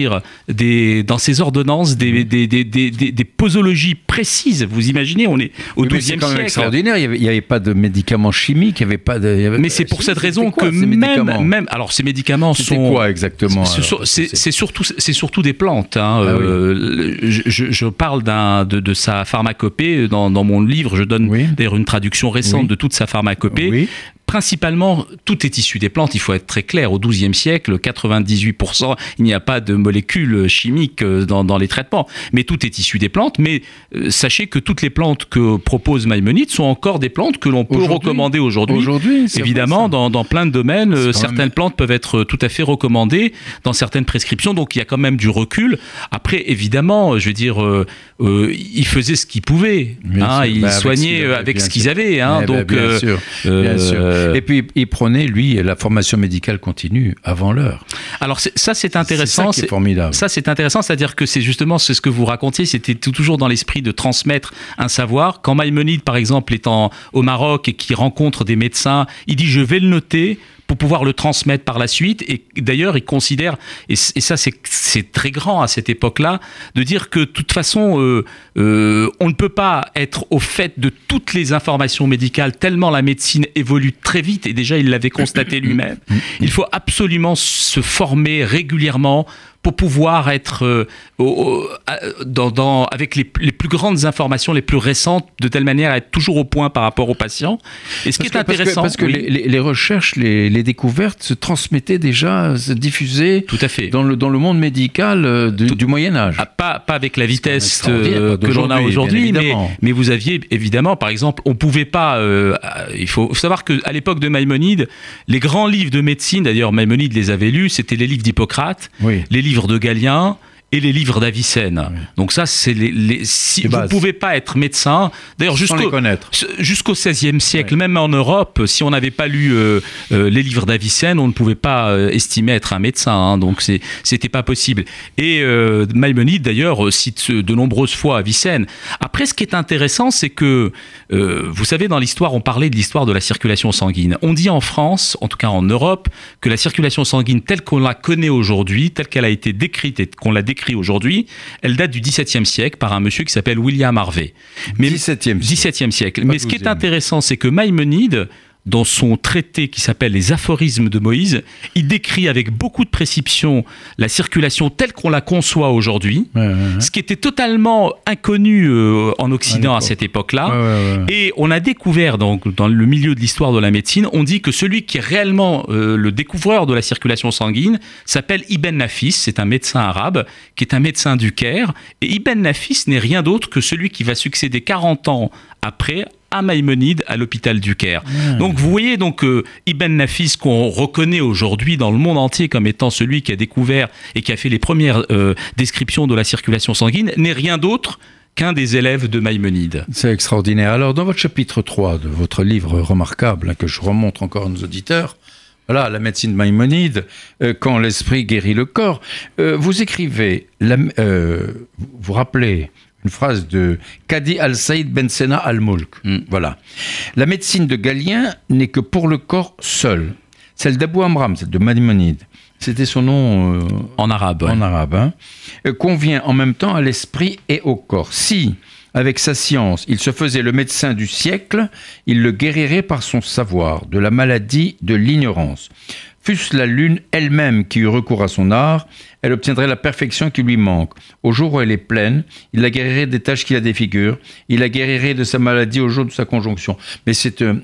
inscrire des, dans ses ordonnances des, des, des, des, des, des posologies précises. Vous imaginez, on est au douzième siècle. C'est quand même extraordinaire. Il n'y avait, avait pas de médicaments chimiques, il y avait pas de. Y avait... Mais c'est pour cette raison que même, même, alors ces médicaments C'était sont. quoi exactement? C'est surtout, c'est surtout des plantes. Hein. Ah, euh, oui. je, je parle d'un, de, de sa pharmacopée dans, dans mon livre. Je donne oui. d'ailleurs une traduction récente oui. de toute sa pharmacopée. Oui. Principalement, tout est issu des plantes, il faut être très clair. Au douzième siècle, quatre-vingt-dix-huit pour cent, il n'y a pas de molécules chimiques dans, dans les traitements. Mais tout est issu des plantes. Mais euh, sachez que toutes les plantes que propose Maïmonide sont encore des plantes que l'on peut aujourd'hui, recommander aujourd'hui. Aujourd'hui, évidemment, dans, dans plein de domaines, euh, certaines même... plantes peuvent être tout à fait recommandées dans certaines prescriptions. Donc, il y a quand même du recul. Après, évidemment, je veux dire, euh, euh, ils faisaient ce qu'ils pouvaient. Hein, ils bah, soignaient avec ce qu'ils avaient. Hein, bah, donc, bien euh, sûr. Bien sûr. Euh, Et puis, il prenait, lui, la formation médicale continue avant l'heure. Alors, c'est, ça, c'est intéressant. C'est ça qui est formidable. Ça, c'est intéressant, c'est-à-dire que c'est justement c'est ce que vous racontiez, c'était tout, toujours dans l'esprit de transmettre un savoir. Quand Maïmonide, par exemple, est en, au Maroc et qu'il rencontre des médecins, il dit « je vais le noter ». Pour pouvoir le transmettre par la suite. Et d'ailleurs, il considère, et, et ça c'est, c'est très grand à cette époque-là, de dire que de toute façon, euh, euh, on ne peut pas être au fait de toutes les informations médicales, tellement la médecine évolue très vite, et déjà il l'avait constaté lui-même. Il faut absolument se former régulièrement pour pouvoir être euh, au, dans, dans, avec les, les plus grandes informations, les plus récentes, de telle manière à être toujours au point par rapport aux patients. Et ce parce qui est que, intéressant... Parce que, parce que oui. les, les recherches, les, les découvertes se transmettaient déjà, se diffusaient Tout à fait. Dans, le, dans le monde médical du, du Moyen-Âge. Ah, pas, pas avec la vitesse euh, que l'on a aujourd'hui, mais, mais vous aviez évidemment, par exemple, on ne pouvait pas... Euh, il faut savoir qu'à l'époque de Maïmonide, les grands livres de médecine, d'ailleurs Maïmonide les avait lus, c'était les livres d'Hippocrate, oui. les livres de Galien et les livres d'Avicenne. Oui. Donc ça, c'est les, les si les vous ne pouvez pas être médecin, d'ailleurs jusqu'au, jusqu'au seizième siècle, oui. même en Europe, si on n'avait pas lu euh, euh, les livres d'Avicenne, on ne pouvait pas euh, estimer être un médecin, hein, donc c'est, c'était pas possible. Et euh, Maïmonide, d'ailleurs, cite de nombreuses fois Avicenne. Après, ce qui est intéressant, c'est que, euh, vous savez, dans l'histoire, on parlait de l'histoire de la circulation sanguine. On dit en France, en tout cas en Europe, que la circulation sanguine telle qu'on la connaît aujourd'hui, telle qu'elle a été décrite et qu'on l'a décrite aujourd'hui, elle date du dix-septième siècle par un monsieur qui s'appelle William Harvey. Mais dix-septième siècle. dix-septième siècle. Mais ce qui est intéressant, c'est que Maïmonide, dans son traité qui s'appelle Les aphorismes de Moïse, il décrit avec beaucoup de précision la circulation telle qu'on la conçoit aujourd'hui, ouais, ouais, ouais. ce qui était totalement inconnu euh, en Occident à, à cette époque-là. Ouais, ouais, ouais. Et on a découvert, donc, dans le milieu de l'histoire de la médecine, on dit que celui qui est réellement euh, le découvreur de la circulation sanguine s'appelle Ibn Nafis, c'est un médecin arabe, qui est un médecin du Caire. Et Ibn Nafis n'est rien d'autre que celui qui va succéder quarante ans après à Maïmonide à l'hôpital du Caire. Mmh. Donc vous voyez donc euh, Ibn Nafis qu'on reconnaît aujourd'hui dans le monde entier comme étant celui qui a découvert et qui a fait les premières euh, descriptions de la circulation sanguine n'est rien d'autre qu'un des élèves de Maïmonide. C'est extraordinaire. Alors dans votre chapitre trois de votre livre remarquable hein, que je remontre encore à nos auditeurs, voilà, la médecine de Maïmonide, euh, quand l'esprit guérit le corps, euh, vous écrivez, la, euh, vous rappelez une phrase de Qadi al-Saïd Ben Sena al-Mulk. Mm. Voilà. La médecine de Galien n'est que pour le corps seul. Celle d'Abou Amram, celle de Maïmonide, c'était son nom euh, en arabe. En ouais. arabe, hein, euh, convient en même temps à l'esprit et au corps. Si, avec sa science, il se faisait le médecin du siècle, il le guérirait par son savoir, de la maladie, de l'ignorance. Fût-ce la lune elle-même qui eut recours à son art, elle obtiendrait la perfection qui lui manque. Au jour où elle est pleine, il la guérirait des tâches qui la défigurent, il la guérirait de sa maladie au jour de sa conjonction. Mais c'est euh,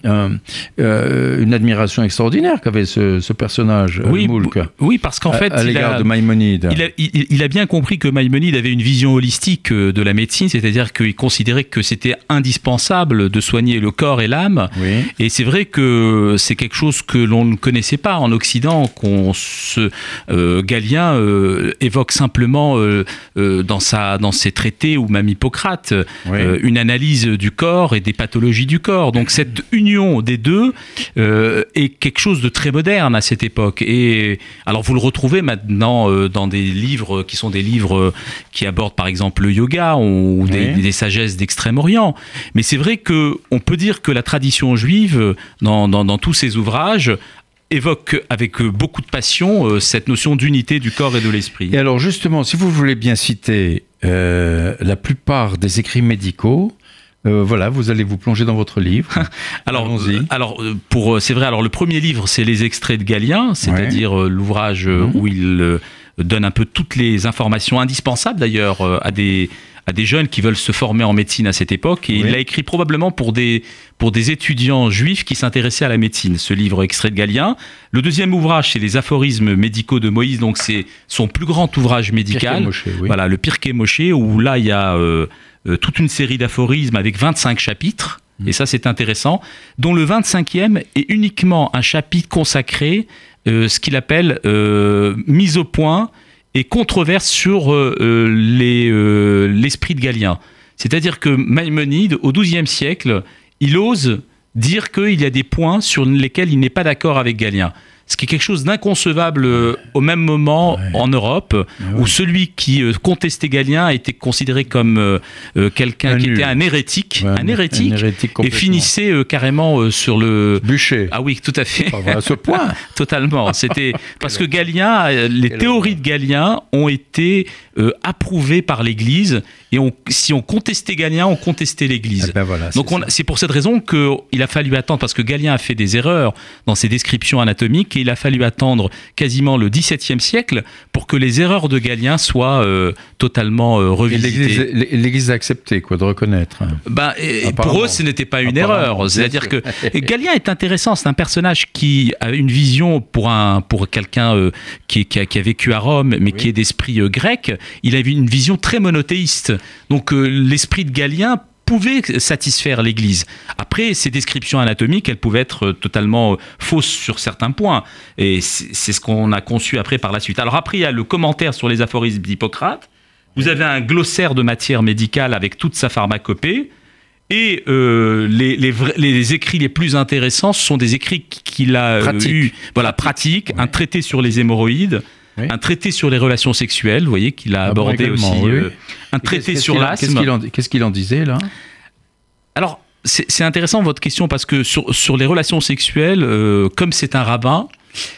euh, une admiration extraordinaire qu'avait ce, ce personnage, oui, Moulk, oui, parce qu'en fait, à, à l'égard a, de Maïmonide. Il a, il, il a bien compris que Maïmonide avait une vision holistique de la médecine, c'est-à-dire qu'il considérait que c'était indispensable de soigner le corps et l'âme. Oui. Et c'est vrai que c'est quelque chose que l'on ne connaissait pas en Occident, qu'on se euh, Galien euh, évoque simplement euh, euh, dans, sa, dans ses traités, ou même Hippocrate, oui. euh, une analyse du corps et des pathologies du corps. Donc cette union des deux euh, est quelque chose de très moderne à cette époque. Et alors vous le retrouvez maintenant euh, dans des livres qui sont des livres qui abordent par exemple le yoga ou oui. des, des sagesses d'Extrême-Orient. Mais c'est vrai qu'on peut dire que la tradition juive, dans, dans, dans tous ses ouvrages, évoque avec beaucoup de passion euh, cette notion d'unité du corps et de l'esprit. Et alors justement, si vous voulez bien citer euh, la plupart des écrits médicaux, euh, voilà, vous allez vous plonger dans votre livre. alors, euh, alors pour, c'est vrai, alors le premier livre, c'est les extraits de Galien, c'est-à-dire ouais. euh, l'ouvrage mmh. où il euh, donne un peu toutes les informations indispensables d'ailleurs euh, à des... à des jeunes qui veulent se former en médecine à cette époque. Et oui. il l'a écrit probablement pour des, pour des étudiants juifs qui s'intéressaient à la médecine, ce livre extrait de Galien. Le deuxième ouvrage, c'est les aphorismes médicaux de Moïse. Donc, c'est son plus grand ouvrage médical. Moshe, oui. Voilà, le Pirkei Moshe, où là, il y a euh, euh, toute une série d'aphorismes avec vingt-cinq chapitres. Mmh. Et ça, c'est intéressant. Dont le vingt-cinquième est uniquement un chapitre consacré, euh, ce qu'il appelle euh, mise au point et controverse sur euh, les, euh, l'esprit de Galien. C'est-à-dire que Maïmonide, au douzième siècle, il ose dire qu'il y a des points sur lesquels il n'est pas d'accord avec Galien. Ce qui est quelque chose d'inconcevable euh, au même moment ouais. en Europe, ouais. où celui qui euh, contestait Galien était considéré comme euh, euh, quelqu'un un qui nul. était un hérétique, ouais, un hérétique, un hérétique et finissait euh, carrément euh, sur le bûcher. Ah oui, tout à fait. Pas à ce point. Totalement. C'était parce que Galien, les Quelle théories de Galien ont été euh, approuvées par l'Église. Et on, si on contestait Galien, on contestait l'Église. Eh ben voilà, Donc on, c'est pour cette raison qu'il a fallu attendre, parce que Galien a fait des erreurs dans ses descriptions anatomiques, et il a fallu attendre quasiment le dix-septième siècle pour que les erreurs de Galien soient euh, totalement euh, revisitées. L'Église, L'Église a accepté, quoi, de reconnaître. Ben, et pour eux, ce n'était pas une erreur. C'est-à-dire que Galien est intéressant, c'est un personnage qui a une vision pour, un, pour quelqu'un euh, qui, qui, a, qui a vécu à Rome, mais oui. qui est d'esprit euh, grec. Il avait une vision très monothéiste. Donc euh, l'esprit de Galien pouvait satisfaire l'Église. Après, ces descriptions anatomiques, elles pouvaient être euh, totalement euh, fausses sur certains points. Et c'est, c'est ce qu'on a conçu après par la suite. Alors après, il y a le commentaire sur les aphorismes d'Hippocrate. Vous avez un glossaire de matière médicale avec toute sa pharmacopée. Et euh, les, les, vrais, les écrits les plus intéressants ce sont des écrits qu'il a euh, eu. Voilà, pratique, oui. Un traité sur les hémorroïdes. Oui. Un traité sur les relations sexuelles, vous voyez, qu'il a ah abordé bon, aussi. Oui. Euh, un traité qu'est-ce sur qu'il l'asthme. Qu'est-ce qu'il, en, qu'est-ce qu'il en disait, là ? Alors, c'est, c'est intéressant votre question, parce que sur, sur les relations sexuelles, euh, comme c'est un rabbin,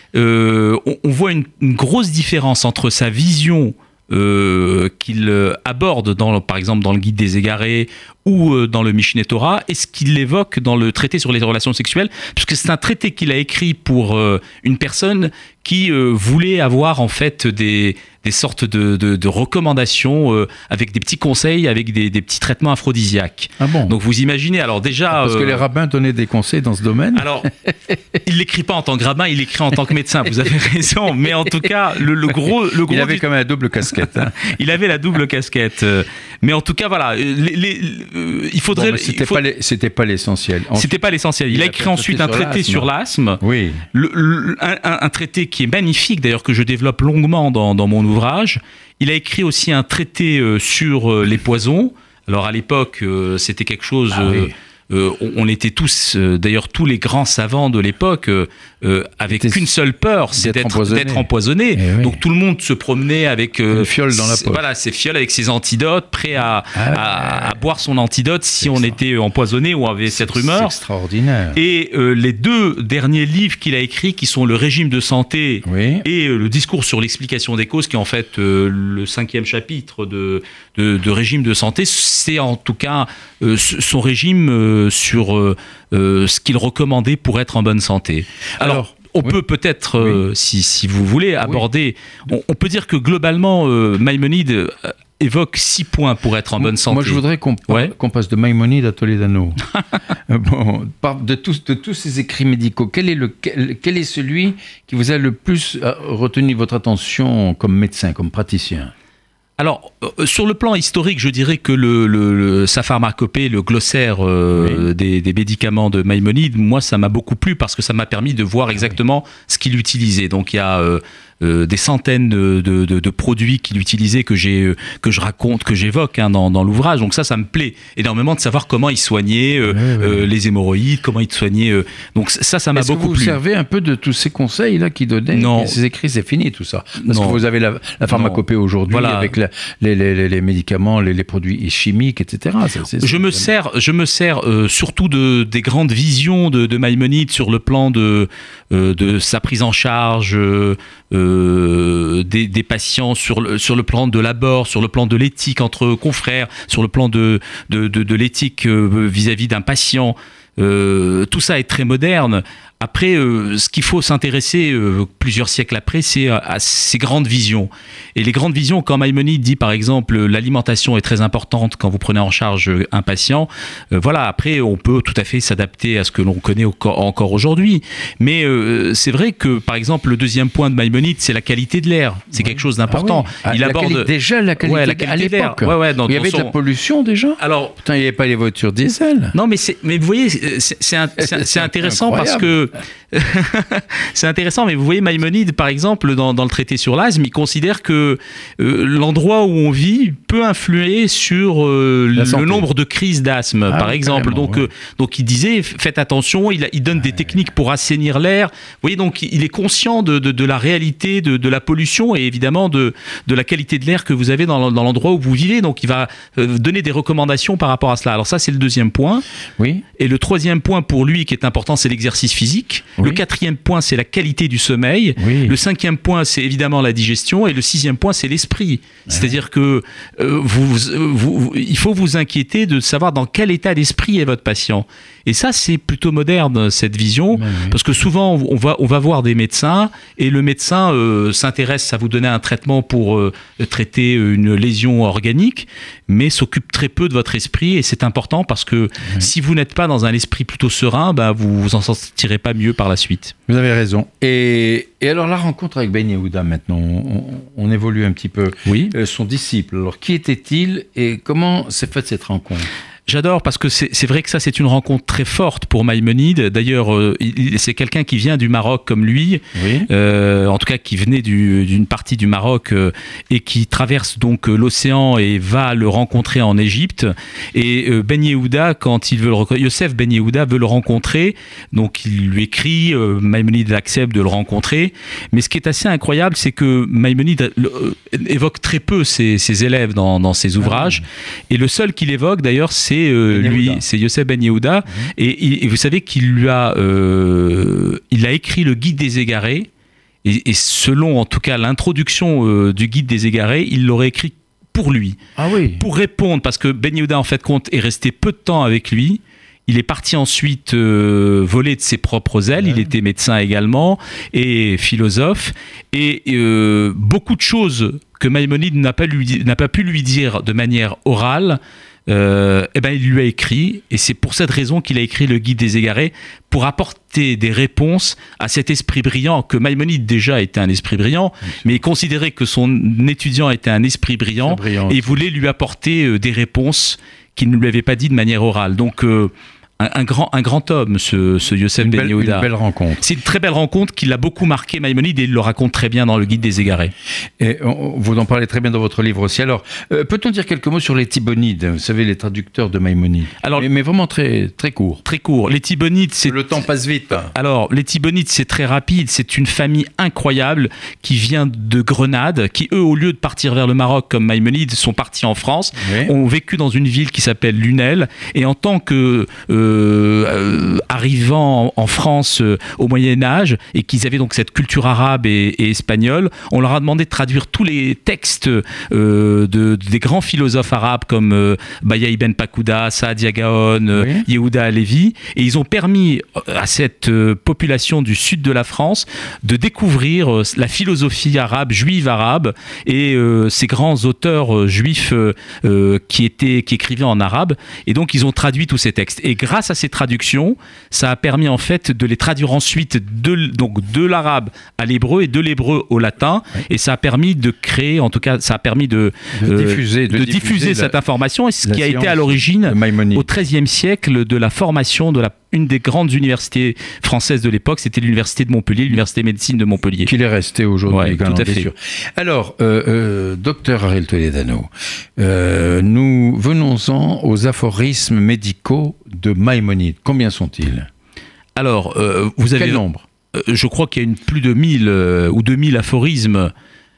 euh, on, on voit une, une grosse différence entre sa vision euh, qu'il aborde, dans, par exemple, dans le Guide des Égarés ou euh, dans le Mishneh Torah, et ce qu'il évoque dans le traité sur les relations sexuelles, puisque c'est un traité qu'il a écrit pour euh, une personne qui euh, voulait avoir en fait des, des sortes de, de, de recommandations euh, avec des petits conseils, avec des, des petits traitements aphrodisiaques. Ah bon ? Donc vous imaginez, alors déjà... Parce euh, que les rabbins donnaient des conseils dans ce domaine ? Alors, il l'écrit pas en tant que rabbin, il l'écrit en tant que médecin, vous avez raison, mais en tout cas, le, le gros... Le gros il avait du... quand même la double casquette. Hein. Il avait la double casquette. Mais en tout cas, voilà, les, les, euh, il faudrait... Bon, c'était, il faut... pas les, c'était pas l'essentiel. Ensuite, c'était pas l'essentiel. Il, il a écrit ensuite un traité sur l'asthme. Oui. Le, le, un, un traité qui est magnifique, d'ailleurs, que je développe longuement dans, dans mon ouvrage. Il a écrit aussi un traité euh, sur euh, les poisons. Alors à l'époque, euh, c'était quelque chose... Ah, euh, oui. Euh, on, on était tous, euh, d'ailleurs tous les grands savants de l'époque, euh, euh, avec qu'une seule peur, c'est d'être, d'être empoisonné. D'être empoisonné. Oui. Donc tout le monde se promenait avec euh, une fiole dans la poche. Voilà, ses fioles avec ses antidotes, prêt à, ah, à, à boire son antidote si on était empoisonné ou avait cette rumeur. C'est extraordinaire. Et euh, les deux derniers livres qu'il a écrits, qui sont le régime de santé oui. et euh, le discours sur l'explication des causes, qui est en fait euh, le cinquième chapitre de, de, de régime de santé, c'est en tout cas euh, son régime euh, sur euh, euh, ce qu'il recommandait pour être en bonne santé. Alors, Alors on oui. peut peut-être, euh, oui. si, si vous voulez, aborder... Oui. On, on peut dire que globalement, euh, Maïmonide euh, évoque six points pour être en bonne santé. Moi, je voudrais qu'on, ouais. qu'on passe de Maïmonide à Toledano. Bon, de, tous, de tous ces écrits médicaux, quel est, le, quel, quel est celui qui vous a le plus retenu votre attention comme médecin, comme praticien ? Alors, euh, sur le plan historique, je dirais que le, le, le, sa pharmacopée, le glossaire euh, oui. des, des médicaments de Maïmonide, moi, ça m'a beaucoup plu parce que ça m'a permis de voir exactement oui. ce qu'il utilisait. Donc, il y a euh, euh, des centaines de, de, de, de produits qu'il utilisait que, j'ai, que je raconte, que j'évoque hein, dans, dans l'ouvrage. Donc ça, ça me plaît énormément de savoir comment il soignait euh, oui, oui. Euh, les hémorroïdes, comment il soignait... Euh, donc ça, ça m'a Est-ce beaucoup plu. plu. Est-ce que vous servez un peu de tous ces conseils là qu'il donnait ? Non. Ces écrits, c'est fini tout ça. Parce non. que vous avez la, la pharmacopée non. aujourd'hui voilà. avec la, les, les, les médicaments, les, les produits chimiques, et cetera. C'est, c'est, je, me sers, je me sers euh, surtout de, des grandes visions de, de Maïmonide sur le plan de, euh, de sa prise en charge euh, euh, des, des patients, sur le, sur le plan de l'abord, sur le plan de l'éthique entre confrères, sur le plan de, de, de, de l'éthique euh, vis-à-vis d'un patient. Euh, tout ça est très moderne. Après, euh, ce qu'il faut s'intéresser euh, plusieurs siècles après, c'est à, à ces grandes visions. Et les grandes visions, quand Maïmonide dit par exemple l'alimentation est très importante quand vous prenez en charge un patient, euh, voilà, après on peut tout à fait s'adapter à ce que l'on connaît au, encore aujourd'hui. Mais euh, c'est vrai que par exemple le deuxième point de Maïmonide, c'est la qualité de l'air. C'est oui. quelque chose d'important. Ah oui. ah, il aborde quali- déjà la qualité, ouais, la qualité de l'époque. Ouais, ouais, dans, il y avait son... de la pollution déjà. Alors, putain, il n'y avait pas les voitures diesel. Non, mais c'est, mais vous voyez, c'est, c'est, un, c'est, c'est intéressant parce que c'est intéressant, mais vous voyez Maïmonide, par exemple, dans, dans le traité sur l'asthme, il considère que euh, l'endroit où on vit peut influer sur euh, le nombre de crises d'asthme, ah, par exemple. Donc, ouais. euh, donc il disait, faites attention, il, il donne ouais. des techniques pour assainir l'air. Vous voyez, donc il est conscient de, de, de la réalité, de, de la pollution et évidemment de, de la qualité de l'air que vous avez dans, dans l'endroit où vous vivez. Donc il va euh, donner des recommandations par rapport à cela. Alors ça, c'est le deuxième point. Oui. Et le troisième point pour lui qui est important, c'est l'exercice physique. Oui. Le quatrième point, c'est la qualité du sommeil. Oui. Le cinquième point, c'est évidemment la digestion. Et le sixième point, c'est l'esprit. Ouais. C'est-à-dire que euh, vous, vous, vous, il faut vous inquiéter de savoir dans quel état d'esprit est votre patient. Et ça, c'est plutôt moderne, cette vision, oui. parce que souvent, on va, on va voir des médecins et le médecin euh, s'intéresse à vous donner un traitement pour euh, traiter une lésion organique, mais s'occupe très peu de votre esprit. Et c'est important parce que oui. si vous n'êtes pas dans un esprit plutôt serein, bah, vous vous en sortirez pas mieux par la suite. Vous avez raison. Et, et alors, la rencontre avec Ben Yehuda, maintenant, on, on évolue un petit peu. Oui. Euh, son disciple, alors qui était-il et comment s'est faite cette rencontre ? J'adore parce que c'est, c'est vrai que ça c'est une rencontre très forte pour Maïmonide. D'ailleurs, euh, il, c'est quelqu'un qui vient du Maroc comme lui, oui. euh, en tout cas qui venait du, d'une partie du Maroc euh, et qui traverse donc euh, l'océan et va le rencontrer en Égypte. Et euh, Ben Yehuda, quand il veut le rencontrer, Yosef Ben Yehuda veut le rencontrer, donc il lui écrit, euh, Maïmonide accepte de le rencontrer. Mais ce qui est assez incroyable, c'est que Maïmonide euh, évoque très peu ses, ses élèves dans, dans ses ouvrages, ah. et le seul qu'il évoque d'ailleurs, c'est C'est, euh, lui, c'est Yosef Ben Yehuda, mmh. et, et vous savez qu'il lui a, euh, il a écrit le Guide des égarés, et, et selon en tout cas l'introduction euh, du Guide des égarés, il l'aurait écrit pour lui, ah oui. pour répondre, parce que Ben Yehuda en fait compte est resté peu de temps avec lui. Il est parti ensuite euh, voler de ses propres ailes. Ouais. Il était médecin également et philosophe. Et euh, beaucoup de choses que Maïmonide n'a pas, lui, n'a pas pu lui dire de manière orale, Euh, eh ben, il lui a écrit, et c'est pour cette raison qu'il a écrit le Guide des égarés, pour apporter des réponses à cet esprit brillant, que Maïmonide déjà était un esprit brillant, oui. mais il considérait que son étudiant était un esprit brillant, brillant et il voulait lui apporter euh, des réponses qu'il ne lui avait pas dit de manière orale. Donc euh, Un, un, grand, un grand homme, ce, ce Yosef Ben Yehuda. Une belle rencontre. C'est une très belle rencontre qui l'a beaucoup marqué Maïmonide et il le raconte très bien dans le Guide des égarés. Et on, vous en parlez très bien dans votre livre aussi. Alors, euh, peut-on dire quelques mots sur les Thibonides ? Vous savez, les traducteurs de Maïmonide. Alors, mais, mais vraiment très, très court. Très court. Les Thibonides, c'est... Le temps passe vite. Alors, les Thibonides, c'est très rapide. C'est une famille incroyable qui vient de Grenade, qui, eux, au lieu de partir vers le Maroc comme Maïmonide, sont partis en France, oui. ont vécu dans une ville qui s'appelle Lunel. Et en tant que... Euh, euh, arrivant en France euh, au Moyen-Âge et qu'ils avaient donc cette culture arabe et, et espagnole, on leur a demandé de traduire tous les textes euh, de, des grands philosophes arabes comme euh, Baya ibn Pakuda, Saadia Gaon, euh, oui. Yehuda Halevi, et ils ont permis à cette euh, population du sud de la France de découvrir euh, la philosophie arabe, juive arabe, et euh, ces grands auteurs euh, juifs euh, euh, qui, étaient, qui écrivaient en arabe, et donc ils ont traduit tous ces textes. Et grâce à ces traductions, ça a permis en fait de les traduire ensuite de, donc de l'arabe à l'hébreu et de l'hébreu au latin, oui. et ça a permis de créer, en tout cas ça a permis de, de, euh, diffuser, de, de diffuser, diffuser la, cette information, et ce qui a été à l'origine au treizième siècle de la formation de la une des grandes universités françaises de l'époque, c'était l'université de Montpellier, l'université de médecine de Montpellier. Qu'il est resté aujourd'hui. Ouais, tout à fait. Sûr. Alors, euh, euh, docteur Ariel Toledano, euh, nous venons-en aux aphorismes médicaux de Maïmonide. Combien sont-ils ? Alors, euh, vous avez... Quel nombre ? euh, Je crois qu'il y a une, plus de mille euh, ou deux mille aphorismes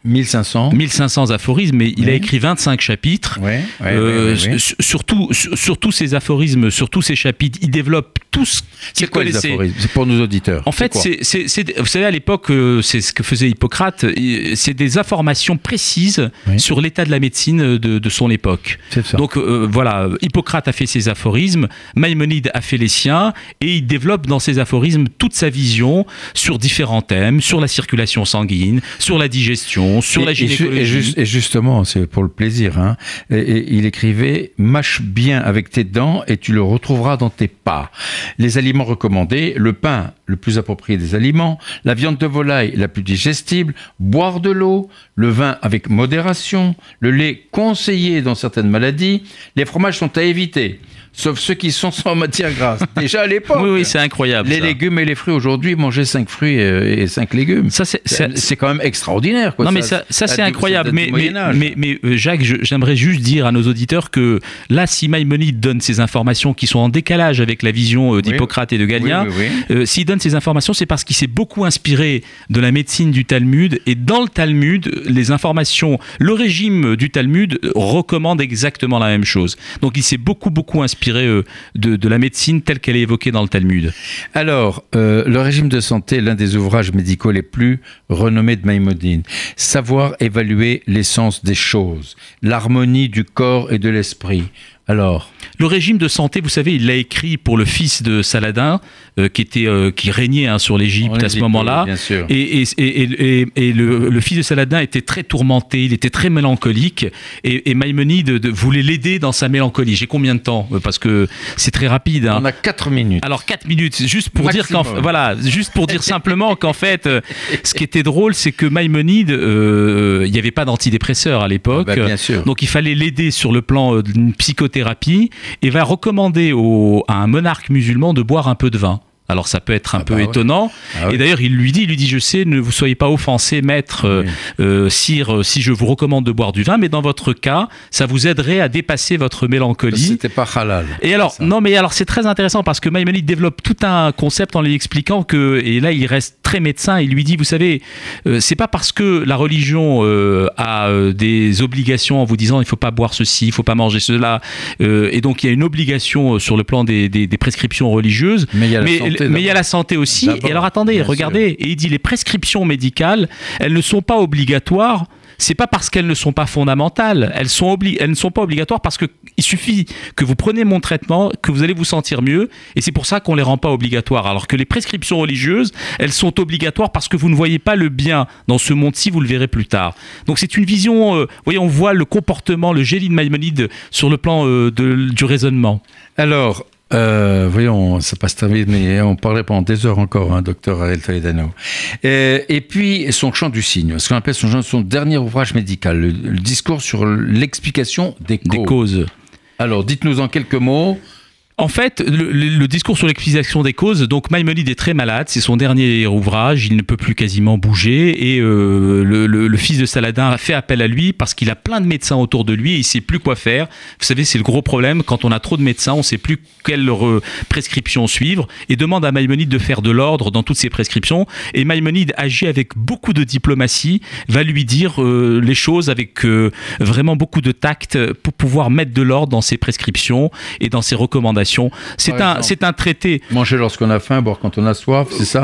mille cinq cents mille cinq cents aphorismes, mais il oui. a écrit vingt-cinq chapitres. Oui, oui, euh, oui, oui, oui. Sur, surtout, sur, sur tous ces aphorismes, sur tous ces chapitres, il développe tout ce qu'il connaissait. C'est quoi les aphorismes ? C'est pour nos auditeurs. En fait, c'est, c'est, c'est, vous savez, à l'époque, euh, c'est ce que faisait Hippocrate, c'est des informations précises oui. sur l'état de la médecine de, de son époque. C'est ça. Donc euh, voilà, Hippocrate a fait ses aphorismes, Maïmonide a fait les siens, et il développe dans ses aphorismes toute sa vision sur différents thèmes, sur la circulation sanguine, sur la digestion, sur et, la gynécologie. Et, juste, et justement, c'est pour le plaisir, hein, et, et il écrivait « Mâche bien avec tes dents et tu le retrouveras dans tes pas ». Les aliments recommandés, le pain, le plus approprié des aliments, la viande de volaille, la plus digestible, boire de l'eau, le vin avec modération, le lait conseillé dans certaines maladies, les fromages sont à éviter. Sauf ceux qui sont sans matière grasse. Déjà à l'époque. Oui, oui, c'est incroyable. Les ça. légumes et les fruits aujourd'hui, manger cinq fruits et cinq légumes. Ça, c'est, c'est, c'est quand même extraordinaire. Quoi. Non, ça, mais ça, ça c'est ça, incroyable. ça mais, mais, mais, mais euh, Jacques, je, j'aimerais juste dire à nos auditeurs que là, si Maïmonide donne ces informations qui sont en décalage avec la vision euh, d'Hippocrate oui. et de Galien, oui, oui, oui. Euh, s'il donne ces informations, c'est parce qu'il s'est beaucoup inspiré de la médecine du Talmud. Et dans le Talmud, les informations, le régime du Talmud recommande exactement la même chose. Donc, il s'est beaucoup, beaucoup inspiré euh, De, de la médecine telle qu'elle est évoquée dans le Talmud. Alors, euh, le régime de santé est l'un des ouvrages médicaux les plus renommés de Maïmonide. Savoir évaluer l'essence des choses, l'harmonie du corps et de l'esprit. Alors, le régime de santé, vous savez, il l'a écrit pour le fils de Saladin, euh, qui était, euh, qui régnait hein, sur l'Égypte à ce moment-là. Bien sûr. Et, et, et, et, et le, le fils de Saladin était très tourmenté, il était très mélancolique, et, et Maïmonide de, voulait l'aider dans sa mélancolie. J'ai combien de temps ? Parce que c'est très rapide. Hein. On a quatre minutes. Alors quatre minutes, juste pour Maximum. dire qu'en, voilà, juste pour dire simplement qu'en fait, euh, ce qui était drôle, c'est que Maïmonide, euh, il n'y avait pas d'antidépresseurs à l'époque, ah bah, bien sûr. Donc il fallait l'aider sur le plan d'une psychothérapie. Et va recommander au, à un monarque musulman de boire un peu de vin. Alors ça peut être un ah peu bah étonnant. Ouais. Ah et ouais. d'ailleurs, il lui dit, il lui dit, je sais, ne vous soyez pas offensé, maître, euh, oui. euh, sire, si je vous recommande de boire du vin, mais dans votre cas, ça vous aiderait à dépasser votre mélancolie. C'était pas halal. Et alors, non, mais alors c'est très intéressant parce que Maïmonide développe tout un concept en lui expliquant que, et là il reste très médecin, il lui dit, vous savez, euh, c'est pas parce que la religion euh, a euh, des obligations en vous disant il faut pas boire ceci, il faut pas manger cela, euh, et donc il y a une obligation sur le plan des, des, des prescriptions religieuses, mais il y a la mais, santé. Mais il y a la santé aussi. D'abord, et alors attendez, regardez, sûr. et il dit les prescriptions médicales, elles ne sont pas obligatoires. C'est pas parce qu'elles ne sont pas fondamentales, elles, sont obli- elles ne sont pas obligatoires parce qu'il suffit que vous preniez mon traitement, que vous allez vous sentir mieux, et c'est pour ça qu'on les rend pas obligatoires. Alors que les prescriptions religieuses, elles sont obligatoires parce que vous ne voyez pas le bien dans ce monde-ci, vous le verrez plus tard. Donc c'est une vision, euh, vous voyez, on voit le comportement, le génie de Maïmonide sur le plan euh, de, du raisonnement. Alors, Euh, voyons, ça passe très vite, mais on parlerait pendant des heures encore, hein, docteur Ariel Toledano. Et, et puis, son chant du cygne, ce qu'on appelle son, son dernier ouvrage médical, le, le discours sur l'explication des causes. Des causes. Alors, dites-nous en quelques mots. En fait, le, le discours sur l'explication des causes, donc Maïmonide est très malade, c'est son dernier ouvrage, il ne peut plus quasiment bouger, et euh, le, le, le fils de Saladin fait appel à lui parce qu'il a plein de médecins autour de lui et il ne sait plus quoi faire. Vous savez, c'est le gros problème, quand on a trop de médecins, on ne sait plus quelle re- prescription suivre, et demande à Maïmonide de faire de l'ordre dans toutes ses prescriptions, et Maïmonide agit avec beaucoup de diplomatie, va lui dire euh, les choses avec euh, vraiment beaucoup de tact pour pouvoir mettre de l'ordre dans ses prescriptions et dans ses recommandations. C'est un, c'est un traité. Manger lorsqu'on a faim, boire quand on a soif, c'est ça ?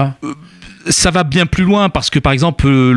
Ça va bien plus loin parce que par exemple le,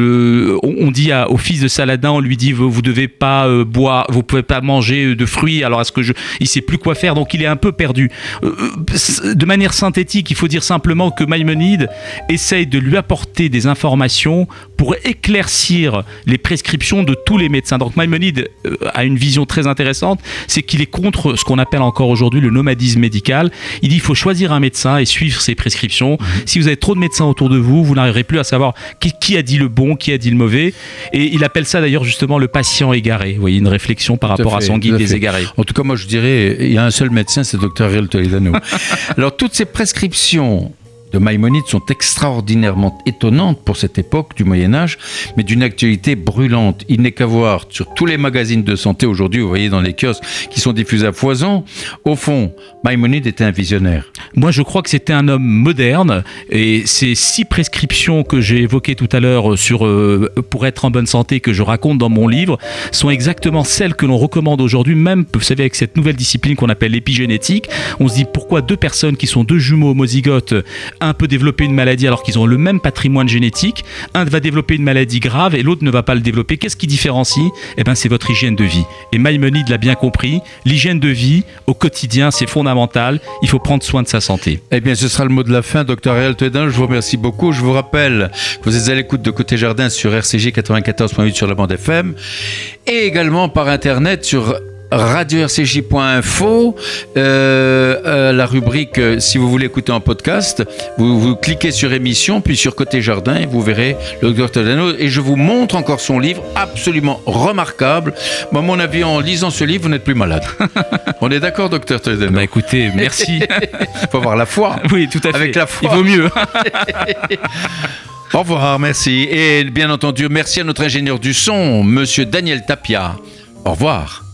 le on dit à, au fils de Saladin, on lui dit vous, vous devez pas euh, boire, vous pouvez pas manger de fruits, alors est-ce que je il sait plus quoi faire, donc il est un peu perdu. Euh, de manière synthétique, il faut dire simplement que Maïmonide essaye de lui apporter des informations pour éclaircir les prescriptions de tous les médecins. Donc Maïmonide euh, a une vision très intéressante, c'est qu'il est contre ce qu'on appelle encore aujourd'hui le nomadisme médical. Il dit il faut choisir un médecin et suivre ses prescriptions. Mmh. Si vous avez trop de médecins autour de vous, vous n'arriverez plus à savoir qui, qui a dit le bon, qui a dit le mauvais. Et il appelle ça d'ailleurs justement le patient égaré. Vous voyez, une réflexion par rapport à, fait, à son guide des égarés. En tout cas, moi je dirais, il y a un seul médecin, c'est docteur Ariel Toledano. Alors toutes ces prescriptions de Maïmonide sont extraordinairement étonnantes pour cette époque du Moyen-Âge, mais d'une actualité brûlante. Il n'est qu'à voir sur tous les magazines de santé aujourd'hui, vous voyez dans les kiosques qui sont diffusés à foison. Au fond, Maïmonide était un visionnaire. Moi, je crois que c'était un homme moderne, et ces six prescriptions que j'ai évoquées tout à l'heure sur euh, pour être en bonne santé, que je raconte dans mon livre, sont exactement celles que l'on recommande aujourd'hui, même, vous savez, avec cette nouvelle discipline qu'on appelle l'épigénétique. On se dit pourquoi deux personnes qui sont deux jumeaux homozygotes, un peut développer une maladie alors qu'ils ont le même patrimoine génétique, un va développer une maladie grave et l'autre ne va pas le développer. Qu'est-ce qui différencie ? Eh bien, c'est votre hygiène de vie. Et Maïmonide l'a bien compris, l'hygiène de vie au quotidien, c'est fondamental, il faut prendre soin de sa santé. Eh bien, ce sera le mot de la fin, docteur Ariel Toledano, je vous remercie beaucoup. Je vous rappelle que vous êtes à l'écoute de Côté Jardin sur R C J quatre-vingt-quatorze virgule huit sur la bande F M et également par Internet sur radio r c j point info, euh, euh, la rubrique, euh, si vous voulez écouter en podcast, vous, vous cliquez sur émission, puis sur Côté Jardin, et vous verrez le docteur Toledano, et je vous montre encore son livre, absolument remarquable. Moi, à mon avis, en lisant ce livre, vous n'êtes plus malade. On est d'accord, docteur Toledano ? Bah écoutez, merci. Il faut avoir la foi. Oui, tout à fait. Avec la foi. Il vaut mieux. Au revoir, merci. Et bien entendu, merci à notre ingénieur du son, monsieur Daniel Tapia. Au revoir.